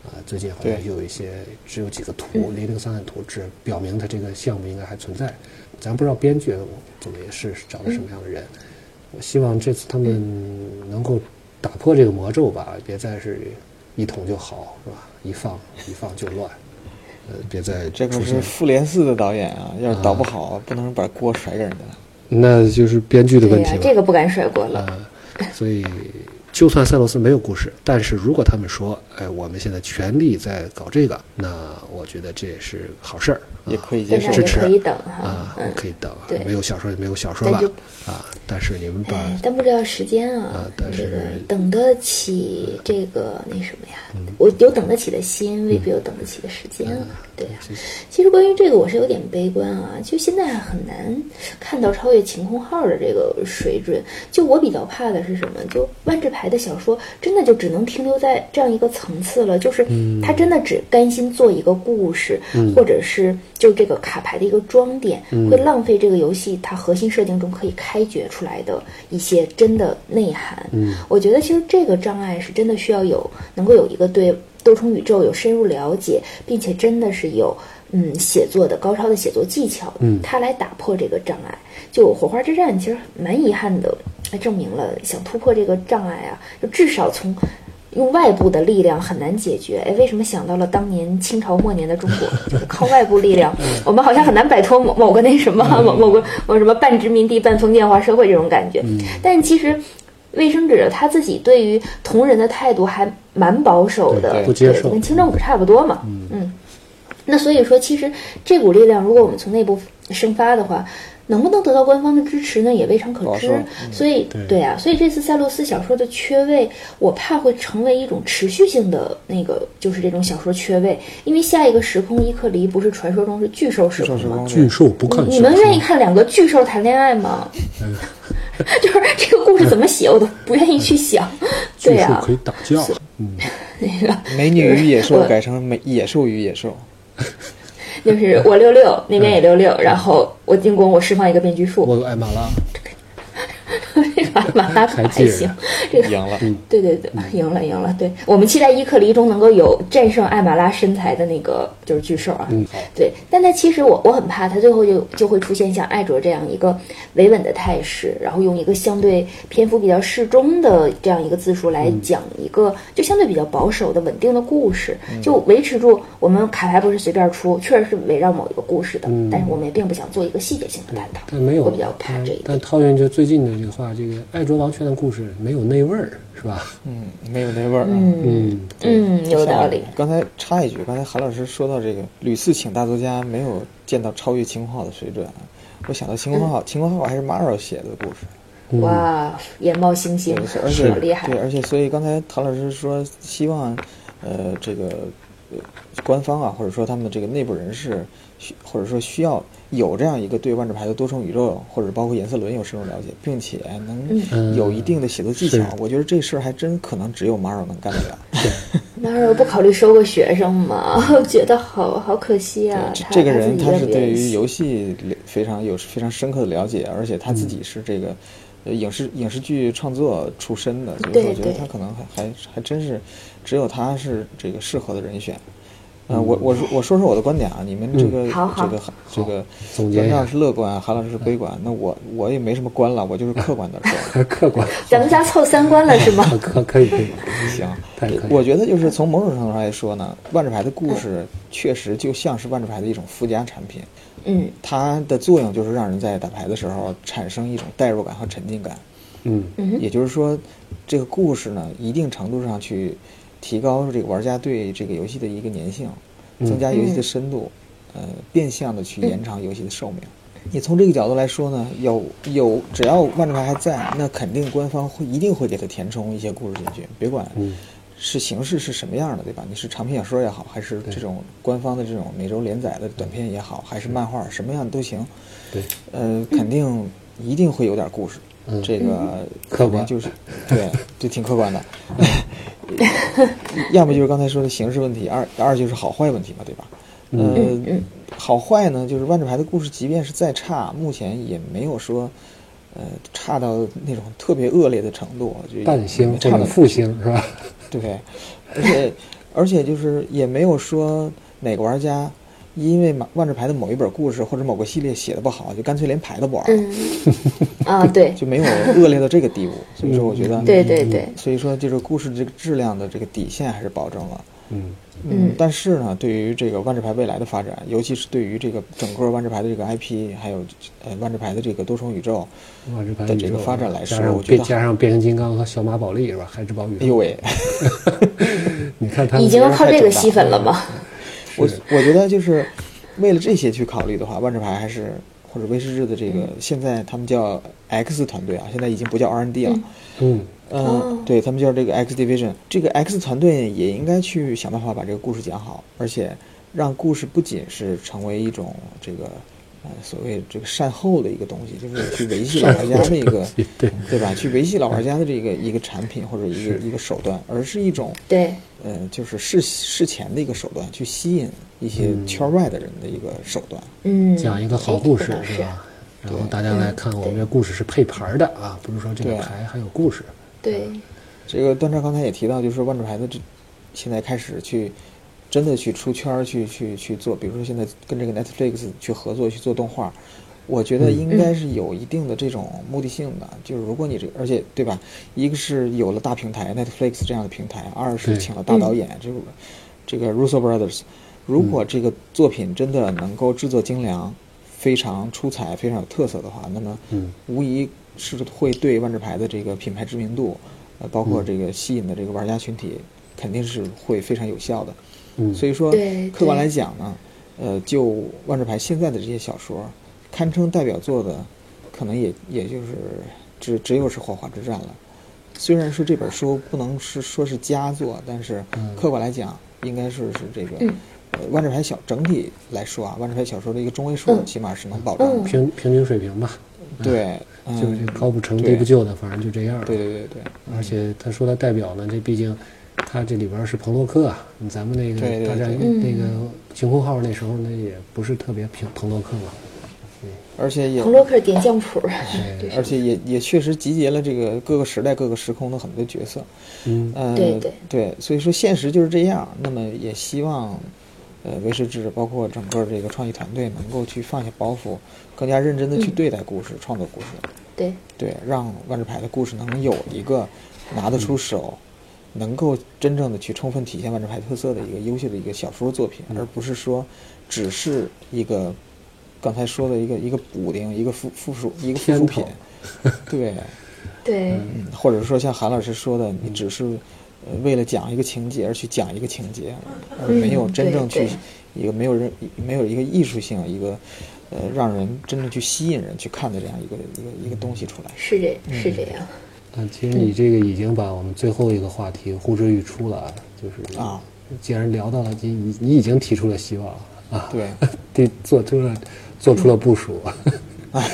啊，最近好像对又有一些只有几个图，零零散散图，只表明它这个项目应该还存在。咱不知道编剧怎么也是找了什么样的人。我希望这次他们能够打破这个魔咒吧，别再是一捅就好，是吧？一放一放就乱，呃，别再这可出现是复联四的导演啊，要是导不好，不能把锅甩给人家。 那就是编剧的问题了。 对呀、这个不敢甩锅了。 呃，所以就算赛洛斯没有故事，但是如果他们说，哎，我们现在全力在搞这个，那我觉得这也是好事儿， 也可以接受但是也支持可以等哈， 啊， 嗯， 可以等， 对没有小说也没有小说吧但就， 啊，但是你们把哎，但不知道时间啊， 啊但是这个等得起这个那什么呀？我有等得起的心，未必有等得起的时间啊。对啊，其实关于这个我是有点悲观啊，就现在很难看到超越晴空号的这个水准。就我比较怕的是什么？就万智牌的小说真的就只能停留在这样一个层次了，就是他真的只甘心做一个故事， 嗯、 或者是就这个卡牌的一个装点， 嗯、 会浪费这个游戏它核心设定中可以开掘出来的一些真的内涵。 嗯， 我觉得其实这个障碍是真的需要有能够有一个对多重宇宙有深入了解，并且真的是有嗯写作的高超的写作技巧， 嗯， 它来打破这个障碍。就火花之战其实蛮遗憾的，证明了想突破这个障碍啊，就至少从用外部的力量很难解决。哎，为什么想到了当年清朝末年的中国，就是靠外部力量，我们好像很难摆脱某某个那什么某某个某什么半殖民地半封建化社会这种感觉。但其实卫生纸他自己对于同人的态度还蛮保守的， 不接受， 跟清政府差不多嘛。 嗯嗯，那所以说，其实这股力量，如果我们从内部生发的话，能不能得到官方的支持呢，也未尝可知。 嗯、 所以，对啊，所以这次赛洛斯小说的缺位，我怕会成为一种持续性的那个，就是这种小说缺位。因为下一个时空伊克黎不是传说中是巨兽时空吗？ 巨兽不看小说， 你们愿意看两个巨兽谈恋爱吗？ 嗯、 就是这个故事怎么写，我都不愿意去想。对呀、 啊，可以打架。嗯， 那个美女与野兽改成美野兽与野兽。 就是我六六，那边也六六，然后我进攻，我释放一个变巨术。 我有艾玛拉， 这个艾玛拉还行，这个赢了。 对对对，赢了赢了。对，我们期待伊克黎中能够有战胜艾玛拉身材的那个就是巨兽啊。 嗯， 对，但他其实我我很怕他最后就就会出现像艾卓这样一个维稳的态势，然后用一个相对篇幅比较适中的这样一个字数来讲一个、嗯、就相对比较保守的稳定的故事， 嗯、 就维持住我们卡牌不是随便出，确实是围绕某一个故事的， 嗯、 但是我们也并不想做一个细节性的探讨。 但没有， 我比较怕这一点。 但套用就最近的这个话，这个爱卓王权的故事没有那味儿，是吧？ 嗯，没有那味儿、啊。 嗯嗯，有道理。 刚才插一句，刚才韩老师说到这个屡次请大作家没有见到超越晴空号的水准，我想到晴空号，晴空号还是 Maro 写的故事。 嗯、 哇，眼冒星星， 而且好厉害。 对，而且所以刚才唐老师说希望，呃，这个、呃、官方啊，或者说他们的这个内部人士，或者说需要有这样一个对万智牌的多重宇宙或者包括颜色轮有深入了解，并且能有一定的写作技巧。 嗯、 我觉得这事儿还真可能只有 Maro 能干得了。 Maro 不考虑收个学生吗？我觉得好好可惜啊。 这个人他是对于游戏非常有非常深刻的了解，而且他自己是这个。嗯呃，影视影视剧创作出身的，所以我觉得他可能还还还真是，只有他是这个适合的人选。呃，我我说我说说我的观点啊，你们这个、 嗯、 这个这个，张老师是乐观，韩老师是悲观，那我我也没什么观了，我就是客观的说。 客观。 咱们家凑三观了是吗？ 可可以可以。 行， 太可以。 我觉得就是从某种程度上来说呢，万智牌的故事确实就像是万智牌的一种附加产品。 嗯， 它的作用就是让人在打牌的时候产生一种代入感和沉浸感。 嗯， 也就是说，这个故事呢，一定程度上去提高这个玩家对这个游戏的一个粘性，增加游戏的深度，嗯、呃，变相的去延长游戏的寿命。你从这个角度来说呢，有有只要万智牌还在，那肯定官方会一定会给它填充一些故事进去，别管是形式是什么样的，对吧？你是长篇小说也好，还是这种官方的这种每周连载的短片也好，还是漫画，什么样的都行。 对， 呃，肯定一定会有点故事。 嗯、 这个客观就是对，就挺客观的。要么就是刚才说的形式问题，二二就是好坏问题嘛，对吧？ 呃， 嗯、 好坏呢，就是万智牌的故事，即便是再差，目前也没有说。呃，差到那种特别恶劣的程度，就半星或者负星是吧？ 对，而且而且就是也没有说哪个玩家因为万智牌的某一本故事或者某个系列写的不好，就干脆连牌都不玩了。 嗯，啊，对， 就没有恶劣到这个地步。所以说，我觉得， 对对对， 所以说这个故事这个质量的这个底线还是保证了。 嗯嗯，但是呢，对于这个万智牌未来的发展，尤其是对于这个整个万智牌的这个 I P， 还有呃万智牌的这个多重宇宙万智牌的这个发展来说，我觉得变加上变形金刚和小马宝莉是吧？孩之宝宇宙。 哎呦喂， 你看他们已经靠这个吸粉了吗？ 我我觉得就是为了这些去考虑的话，万智牌还是或者威士忌的这个、嗯、现在他们叫 X 团队啊，现在已经不叫 R and D 了。 嗯嗯、呃，对他们叫这个 X Division， 这个 X 团队也应该去想办法把这个故事讲好，而且让故事不仅是成为一种这个呃所谓这个善后的一个东西，就是去维系老玩家的一个对对吧？去维系老玩家的这个一个产品或者一个一个手段，而是一种对呃就是事事前的一个手段，去吸引一些圈外的人的一个手段。 嗯， 讲一个好故事是吧？然后大家来看我们这故事是配牌的啊，不是说这个牌还有故事。 对， 这个段超刚才也提到，就是万智牌的这现在开始去真的去出圈去去去做，比如说现在跟这个 Netflix 去合作去做动画，我觉得应该是有一定的这种目的性的。嗯、就是如果你这个，而且对吧？一个是有了大平台 Netflix 这样的平台，二是请了大导演，这个、嗯、这个 Russo Brothers， 如果这个作品真的能够制作精良、非常出彩、非常有特色的话，那么无疑是会对万智牌的这个品牌知名度，呃，包括这个吸引的这个玩家群体，肯定是会非常有效的。 嗯， 所以说，客观来讲呢，呃，就万智牌现在的这些小说，堪称代表作的，可能也也就是只只有是《火花之战》了。虽然说这本书不能是说是佳作，但是客观来讲，应该是是这个。嗯呃，万智牌小整体来说啊，万智牌小说的一个中位数，嗯、起码是能保证的、 嗯、平平均水平吧。 对， 嗯、就是高不成低不就的，反正就这样。 对对对对。 而且他说他代表呢，这毕竟他这里边是彭洛克啊，咱们那个大战那个晴空号那时候那也不是特别平彭洛克嘛。 嗯，而且也彭洛克点将谱， 对，而且也也确实集结了这个各个时代各个时空的很多角色。 嗯， 呃， 对对对，所以说现实就是这样。那么也希望。呃，威士忌包括整个这个创意团队能够去放下包袱，更加认真的去对待故事、嗯、创作故事。 对对，让万智牌的故事能有一个拿得出手，嗯、能够真正的去充分体现万智牌特色的一个优秀的一个小说作品，嗯、而不是说只是一个刚才说的一个一个补丁、一个附附属、一个附属品。对对、 嗯，或者说像韩老师说的，你只是。呃，为了讲一个情节而去讲一个情节，而没有真正去一个没有人没有一个艺术性，一个呃让人真正去吸引人去看的这样一个一个一个东西出来。 是这是这样。 嗯，其实你这个已经把我们最后一个话题呼之欲出了，就是啊， 既然聊到了，你你你已经提出了希望啊， 对， 对，做出了做出了部署。啊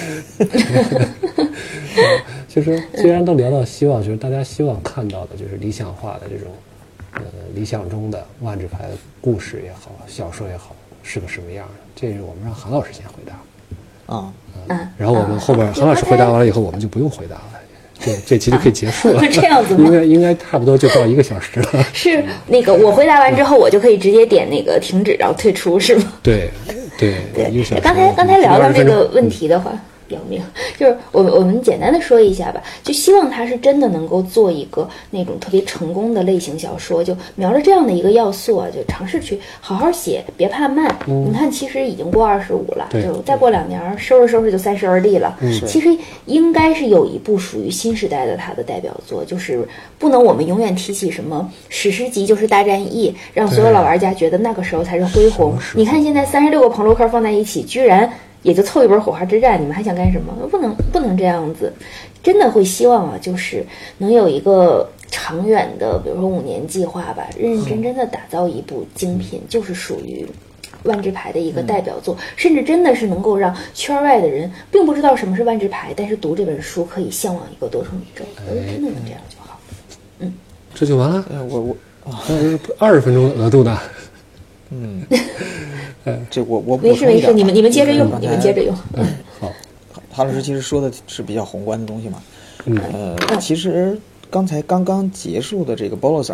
就是既然都聊到希望，就是大家希望看到的就是理想化的这种呃理想中的万智牌的故事也好，小说也好，是个什么样的？这是我们让韩老师先回答啊， 嗯，然后我们后边韩老师回答完了以后，我们就不用回答了。这这期就可以结束了， 这样子吗？ 应该应该差不多就到一个小时了。 是那个我回答完之后，我就可以直接点那个停止，然后退出，是吗？ 对对对。 一个小时刚才刚才聊到这个问题的话。嗯表明就是我们我们简单的说一下吧，就希望他是真的能够做一个那种特别成功的类型小说，就瞄着这样的一个要素啊，就尝试去好好写，别怕慢。嗯、你看，其实已经过二十五了，就再过两年收拾收拾就三十而立了。 嗯、 其实应该是有一部属于新时代的他的代表作，就是不能我们永远提起什么史诗级就是大战役，让所有老玩家觉得那个时候才是恢宏。你看现在三十六个朋洛克放在一起，居然。也就凑一本火花之战，你们还想干什么？不能不能这样子，真的会希望啊，就是能有一个长远的，比如说五年计划吧，认认真真的打造一部精品，就是属于万智牌的一个代表作，甚至真的是能够让圈外的人并不知道什么是万智牌，但是读这本书可以向往一个多重宇宙，我觉得真的能这样就好。嗯， 这就完了。 呃、我我二十分钟的额度呢？ 嗯。这我我没事没事，你们你们接着用，你们接着用。 嗯，好。 韩老师其实说的是比较宏观的东西嘛。 嗯。 呃，其实刚才刚刚结束的这个 Bolos Arc，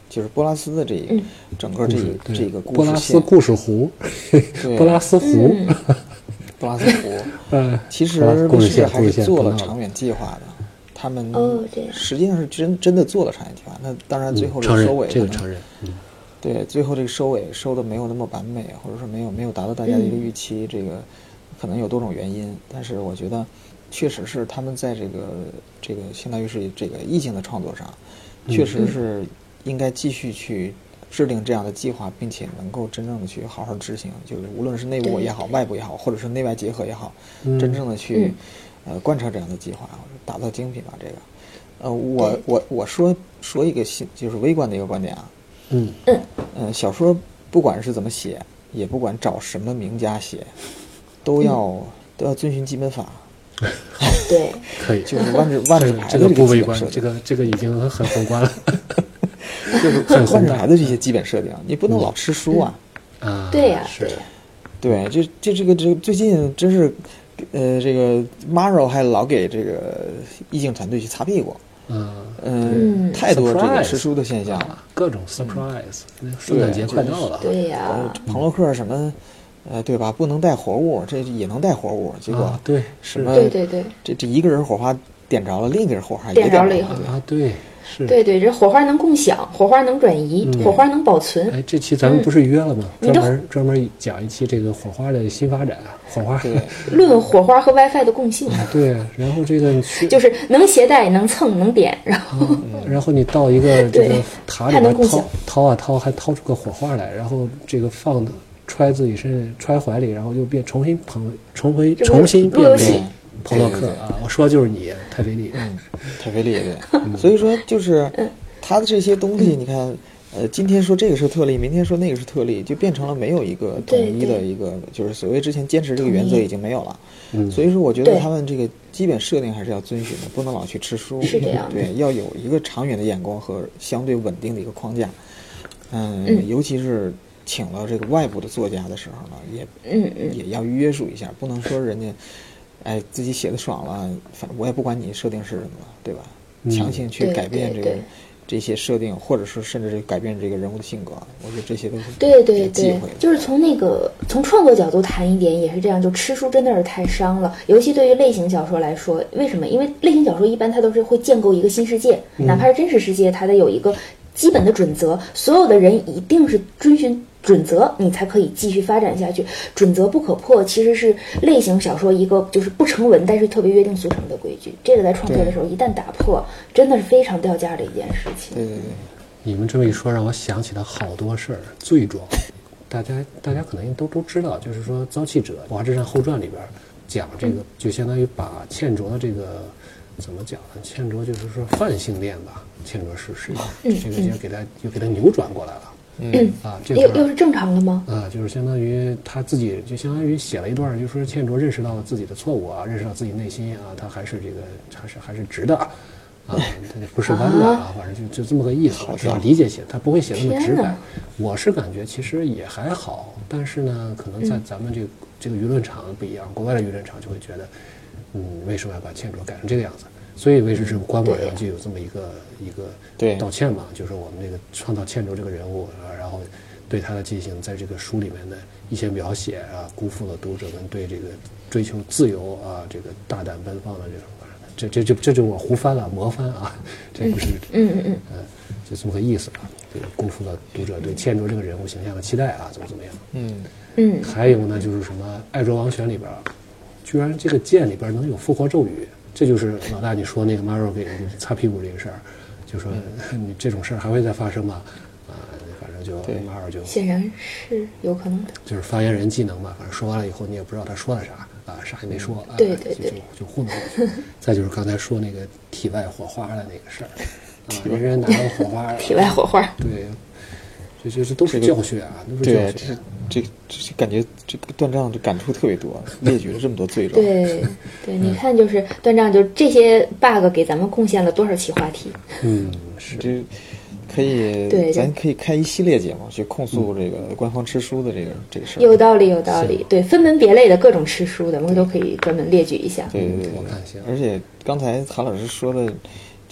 就是波拉斯的这、 嗯、 整个这这个故波拉事线， 斯故事湖，波拉斯湖， 嗯、 波拉斯湖， 嗯， 其实威士忌还是做了长远计划的。他们实际上是真真的做了长远计划，那当然最后这个收尾， 这个承认，嗯， 对，最后这个收尾收的没有那么完美，或者说没有没有达到大家的一个预期， 嗯、 这个可能有多种原因，但是我觉得确实是他们在这个这个相当于是这个意境的创作上，确实是应该继续去制定这样的计划，并且能够真正的去好好执行，就是无论是内部也好，外部也好，或者是内外结合也好， 嗯、 真正的去。嗯呃，贯彻这样的计划，打造精品吧。这个，呃，我我我说说一个就是微观的一个观点啊， 嗯嗯呃，小说不管是怎么写，也不管找什么名家写，都要、嗯、都要遵循基本法。 对， 可以， 就是万智万智牌的这个不微观， 这这个这个已经很宏观了。 就是万智牌的这些基本设定，你不能老吃书啊。 啊、嗯， 对呀、啊， 是， 对，这这这个这个最近真是。呃，这个 Maro 还老给这个意境团队去擦屁股， 嗯嗯，太多这个吃书的现象了，各种 surprise，圣诞节快到了， 对呀， 朋洛克什么，呃，对吧？不能带活物，这也能带活物，结果对什么？ 对对对， 这这一个人火花点着了，另一个人火花也点着了以后啊，对。是对对，这火花能共享，火花能转移， 嗯、 火花能保存。 哎，这期咱们不是约了吗？ 嗯、 专门专门讲一期这个火花的新发展，火花论火花和 WiFi 的共性。 对，然后这个就是能携带、能蹭、能点，然后、 嗯、然后你到一个这个塔里边掏掏啊掏，还掏出个火花来，然后这个放揣自己身上，揣怀里，然后又变重新朋重回重新变为朋洛克啊！我说的就是你，泰菲利， 嗯，泰菲利对，嗯、所以说就是他的这些东西，你看，呃，今天说这个是特例，明天说那个是特例，就变成了没有一个统一的一个，就是所谓之前坚持这个原则已经没有了。 嗯， 所以说我觉得他们这个基本设定还是要遵循的，不能老去吃书。 是这样， 对，要有一个长远的眼光和相对稳定的一个框架。嗯， 嗯尤其是请了这个外部的作家的时候呢，也嗯嗯也要约束一下，不能说人家。哎，自己写的爽了，反正我也不管你设定是什么，对吧？ 嗯、 强行去改变这个对对对这些设定，或者是甚至改变这个人物的性格，我觉得这些都是对对对， 忌讳的。 就是从那个从创作角度谈一点，也是这样。就吃书真的是太伤了，尤其对于类型小说来说，为什么？因为类型小说一般它都是会建构一个新世界， 嗯、 哪怕是真实世界，它得有一个基本的准则，所有的人一定是遵循。准则你才可以继续发展下去，准则不可破，其实是类型小说一个就是不成文但是特别约定俗成的规矩。这个在创作的时候一旦打破，真的是非常掉价的一件事情。 对对对， 你们这么一说，让我想起了好多事儿。罪状，大家大家可能都都知道，就是说《遭气者》《火花之战后传》里边讲这个，就相当于把茜卓的这个怎么讲呢？茜卓就是说泛性恋吧，茜卓是是这个就给他就给他扭转过来了。 嗯啊，这又又是正常了吗？ 啊，就是相当于他自己，就相当于写了一段，就说茜卓认识到了自己的错误啊，认识到自己内心啊，他还是这个还是还是直的，啊，他就不是弯的啊，反正就就这么个意思，这样理解写，他不会写那么直白。我是感觉其实也还好，但是呢，可能在咱们这个、嗯、这个舆论场不一样，国外的舆论场就会觉得，嗯，为什么要把茜卓改成这个样子？所以威士忌官网上就有这么一个一个道歉嘛，就是我们这个创造茜卓这个人物，然后对他的进行在这个书里面的一些描写啊，辜负了读者们对这个追求自由啊，这个大胆奔放的这种，这这这这就我胡翻了，魔翻啊，这不是嗯嗯嗯呃，就这么个意思啊，这个辜负了读者对茜卓这个人物形象的期待啊，怎么怎么样？ 嗯嗯， 还有呢，就是什么《爱卓王选》里边，居然这个剑里边能有复活咒语。这就是老大你说那个 Maro 给擦屁股这个事儿，就说、嗯、你这种事儿还会再发生吗？啊，反正就 Maro 就显然是有可能的， 就是发言人技能嘛，反正说完了以后你也不知道他说了啥啊，啥也没说，啊、 对对对， 就就糊弄过去。再就是刚才说那个体外火花的那个事儿，啊，人人拿到火花， 体外火花， 对，这这这都是教训啊，都是教训、啊。 这这感觉这个断章就感触特别多，列举了这么多罪状。 对对，你看就是断章，就这些 bug 给咱们贡献了多少期话题？ 嗯，是这可以， 对， 咱可以开一系列节目去控诉这个官方吃书的这个这个事儿。 有道理，有道理。对，分门别类的各种吃书，咱们都可以专门列举一下。 对对对， 我看行。 而且刚才韩老师说的。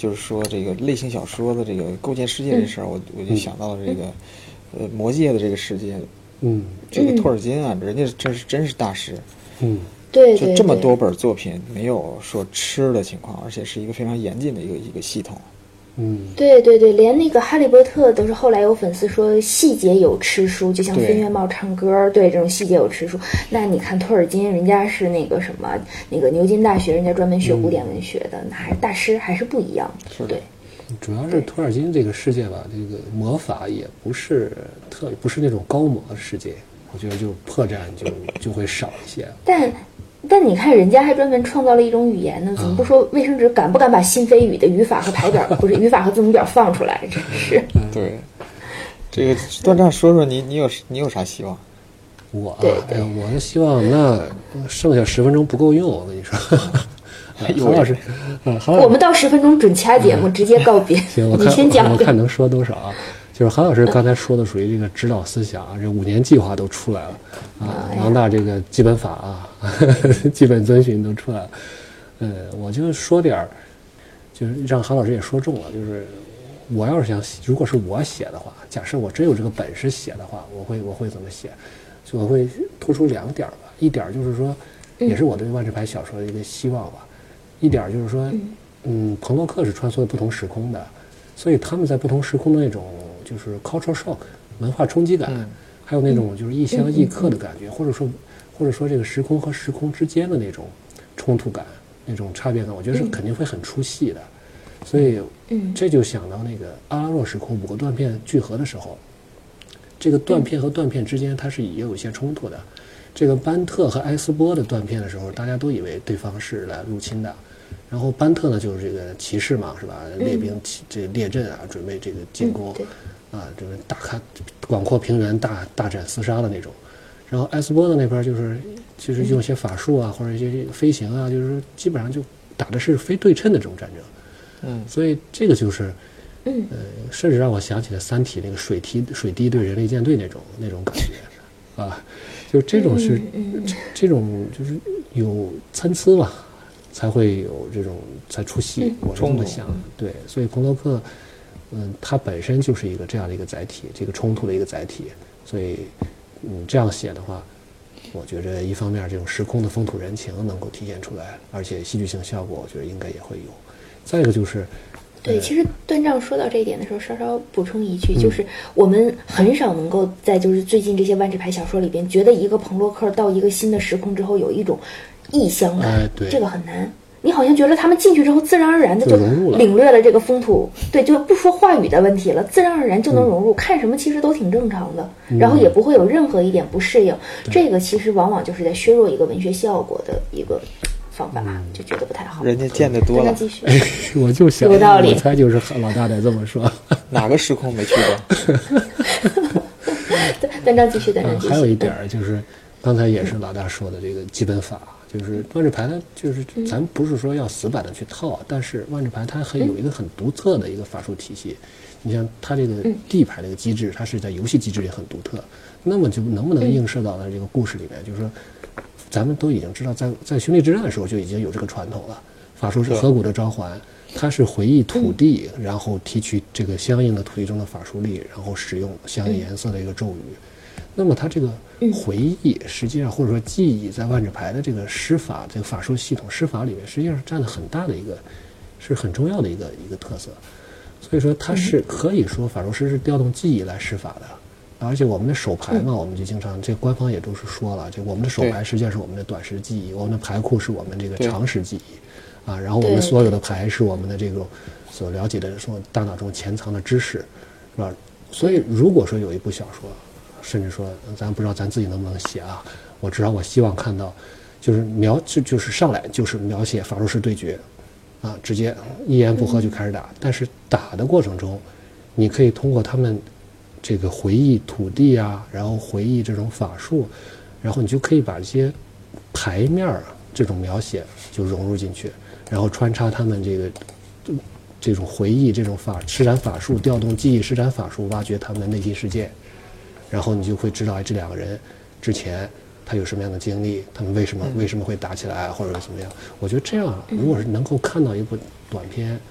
就是说这个类型小说的这个构建世界这事儿，我我就想到了这个，呃，魔戒的这个世界， 嗯， 这个托尔金啊，人家真是真是大师， 嗯， 对， 就这么多本作品，没有说吃的情况，而且是一个非常严谨的一个一个系统。 嗯， 对对对，连那个哈利波特都是后来有粉丝说细节有吃书，就像分月帽唱歌，对这种细节有吃书。那你看托尔金，人家是那个什么，那个牛津大学，人家专门学古典文学的，嗯、那还是大师，还是不一样。对， 主要是托尔金这个世界吧，这个魔法也不是特不是那种高魔的世界，我觉得就破绽就就会少一些。 但。但你看，人家还专门创造了一种语言呢，怎么不说卫生纸敢不敢把新飞语的语法和排表，不是语法和字母表放出来？真是。 对，这个段丈说说你，你有你有啥希望？ 我啊，哎呀，我的希望那剩下十分钟不够用，我跟你说。韩老师，嗯，韩老师， 我们到十分钟准掐节目，直接告别。 行，我看你先讲。 我看能说多少啊？就是韩老师刚才说的属于这个指导思想，这五年计划都出来了啊，王大这个基本法啊，呵呵基本遵循都出来了。呃，我就说点儿，就是让韩老师也说中了，就是我要是想，如果是我写的话，假设我真有这个本事写的话，我会我会怎么写？就我会突出两点吧，一点就是说，也是我对万智牌小说的一个希望吧。一点就是说，嗯，彭洛克是穿梭在不同时空的，所以他们在不同时空的那种。就是 cultural shock 文化冲击感、嗯、还有那种就是异乡异客的感觉、嗯、或者说或者说这个时空和时空之间的那种冲突感那种差别感，我觉得是肯定会很出戏的、嗯、所以这就想到那个阿拉洛时空五个断片聚合的时候，这个断片和断片之间它是也有一些冲突的。这个班特和埃斯波的断片的时候，大家都以为对方是来入侵的，然后班特呢就是这个骑士嘛，是吧？列兵这列阵啊，准备这个进攻、嗯、啊，这个大开广阔平原大大展厮杀的那种。然后埃斯波的那边就是就是用一些法术啊，或者一些飞行啊，就是基本上就打的是非对称的这种战争。 嗯， 所以这个就是嗯呃，甚至让我想起了《三体》那个水梯水滴对人类舰队那种那种感觉啊。就这种是、嗯、这, 这种就是有参差嘛，才会有这种才出戏、嗯、我是这么想的。对，所以彭洛克嗯他本身就是一个这样的一个载体，这个冲突的一个载体，所以嗯这样写的话，我觉着一方面这种时空的风土人情能够体现出来，而且戏剧性效果我觉得应该也会有。再一个就是对，其实段丈说到这一点的时候，稍稍补充一句，就是我们很少能够在就是最近这些万智牌小说里边，觉得一个彭洛克到一个新的时空之后有一种异乡感， 哎、对， 这个很难。你好像觉得他们进去之后，自然而然的就领略了这个风土，对，就不说话语的问题了，自然而然就能融入，嗯、看什么其实都挺正常的，然后也不会有任何一点不适应。嗯、这个其实往往就是在削弱一个文学效果的一个方法，嗯、就觉得不太好。 人家见得多了， 继续。 我就想， 有道理。 我猜就是老大得这么说。 哪个时空没去过？ 对，段章继续，段章继续。 还有一点就是，刚才也是老大说的这个基本法。就是万智牌呢，就是咱不是说要死板的去套，嗯、但是万智牌它很有一个很独特的一个法术体系。嗯、你像它这个地牌这个机制，它是在游戏机制里很独特。那么就能不能映射到了这个故事里面？嗯、就是说，咱们都已经知道在，在在兄弟之战的时候就已经有这个传统了。法术是河谷的召唤，它是回忆土地，嗯、然后提取这个相应的土地中的法术力，然后使用相应颜色的一个咒语。嗯那么它这个回忆实际上或者说记忆在万智牌的这个施法这个法术系统施法里面实际上占了很大的一个是很重要的一个一个特色，所以说它是可以说法术师是调动记忆来施法的，而且我们的手牌嘛，我们就经常这官方也都是说了，这我们的手牌实际上是我们的短时记忆，我们的牌库是我们这个长时记忆啊，然后我们所有的牌是我们的这个所了解的说大脑中潜藏的知识，是吧？所以如果说有一部小说甚至说咱不知道咱自己能不能写啊，我至少我希望看到就是描就就是上来就是描写法术师对决啊，直接一言不合就开始打，嗯、但是打的过程中你可以通过他们这个回忆土地啊，然后回忆这种法术，然后你就可以把这些牌面这种描写就融入进去，然后穿插他们这个这种回忆这种法施展法术调动记忆施展法术挖掘他们的内心世界，然后你就会知道，哎，这两个人之前他有什么样的经历，他们为什么为什么会打起来，或者怎么样？我觉得这样，如果是能够看到一部短片，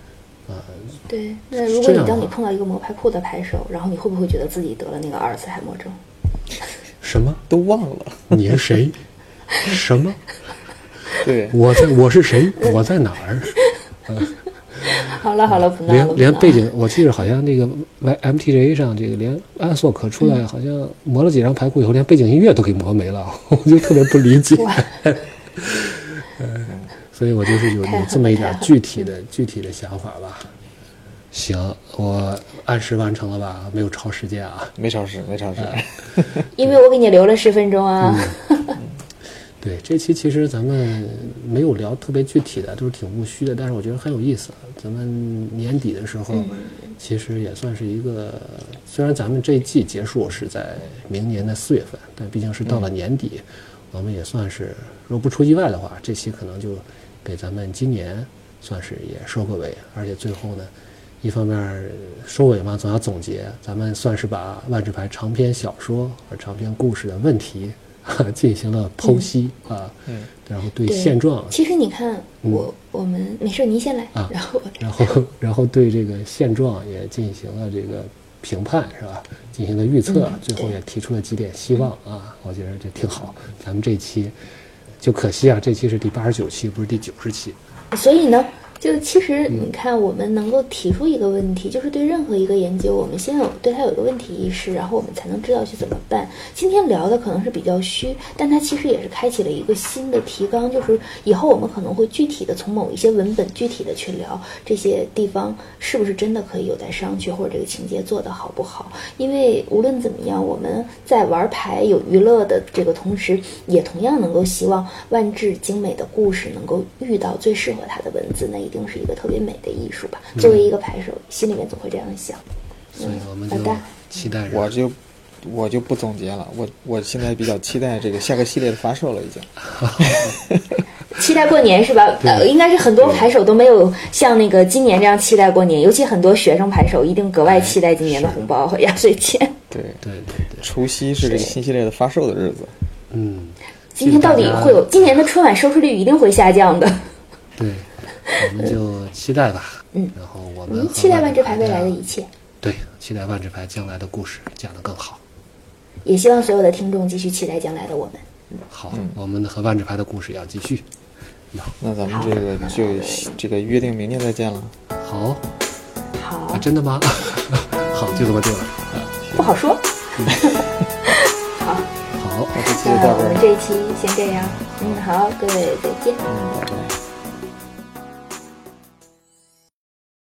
啊、 对，那如果你当你碰到一个魔牌库的牌手，然后你会不会觉得自己得了那个阿尔茨海默症？ 什么都忘了？ 你是谁？什么？ 对， 我在我是谁？我在哪儿？啊好了好了，不闹了， 连不闹了连背景，我记得好像那个 M T G A 上这个连安索可出来，好像磨了几张牌库以后，连背景音乐都给磨没了，我就特别不理解。呃，所以我就是有有这么一点具体的具体的想法吧。行，我按时完成了吧？没有超时间啊？ 没超时，没超时。 因为我给你留了十分钟啊。 嗯对，这期其实咱们没有聊特别具体的，都是挺务虚的，但是我觉得很有意思。咱们年底的时候，其实也算是一个，虽然咱们这一季结束是在明年的四月份，但毕竟是到了年底，我们也算是，如果不出意外的话，这期可能就给咱们今年算是也收个尾。而且最后呢，一方面收尾嘛，总要总结，咱们算是把万智牌长篇小说和长篇故事的问题进行了剖析、嗯、啊，嗯，然后对现状， 其实你看，我、嗯、我们没事，您先来啊， 然后然后然后对这个现状也进行了这个评判，是吧？进行了预测，嗯、最后也提出了几点希望、嗯、啊，我觉得这挺好。咱们这期就可惜啊，这期是第八十九期，不是第九十期。 所以呢，就其实你看，我们能够提出一个问题，嗯、就是对任何一个研究，我们先有对它有一个问题意识，然后我们才能知道去怎么办。今天聊的可能是比较虚，但它其实也是开启了一个新的提纲，就是以后我们可能会具体的从某一些文本具体的去聊这些地方是不是真的可以有待商榷，或者这个情节做得好不好。因为无论怎么样，我们在玩牌有娱乐的这个同时，也同样能够希望万智精美的故事能够遇到最适合它的文字，那一定是一个特别美的艺术吧。作为一个牌手，心里面总会这样想。 所以我们就期待着。 我就我就不总结了，我我现在比较期待这个下个系列的发售了，已经。 期待过年是吧？呃，应该是很多牌手都没有像那个今年这样期待过年，尤其很多学生牌手一定格外期待今年的红包和压岁钱。 对对对对， 除夕是这个新系列的发售的日子。 嗯， 今天到底会有？今年的春晚收视率一定会下降的。 对，我们就期待吧。嗯，然后我们期待万智牌未来的一切。 对，期待万智牌将来的故事讲得更好。 也希望所有的听众继续期待将来的我们。 嗯、好、嗯，我们和万智牌的故事要继续。 那咱们这个就这个约定明年再见了。 好， 好、 啊，真的吗？好，就这么定了。 不好说。 嗯、 好， 好， 那这期就到这儿。 我们这一期先这样。嗯，好，各位再见。 嗯。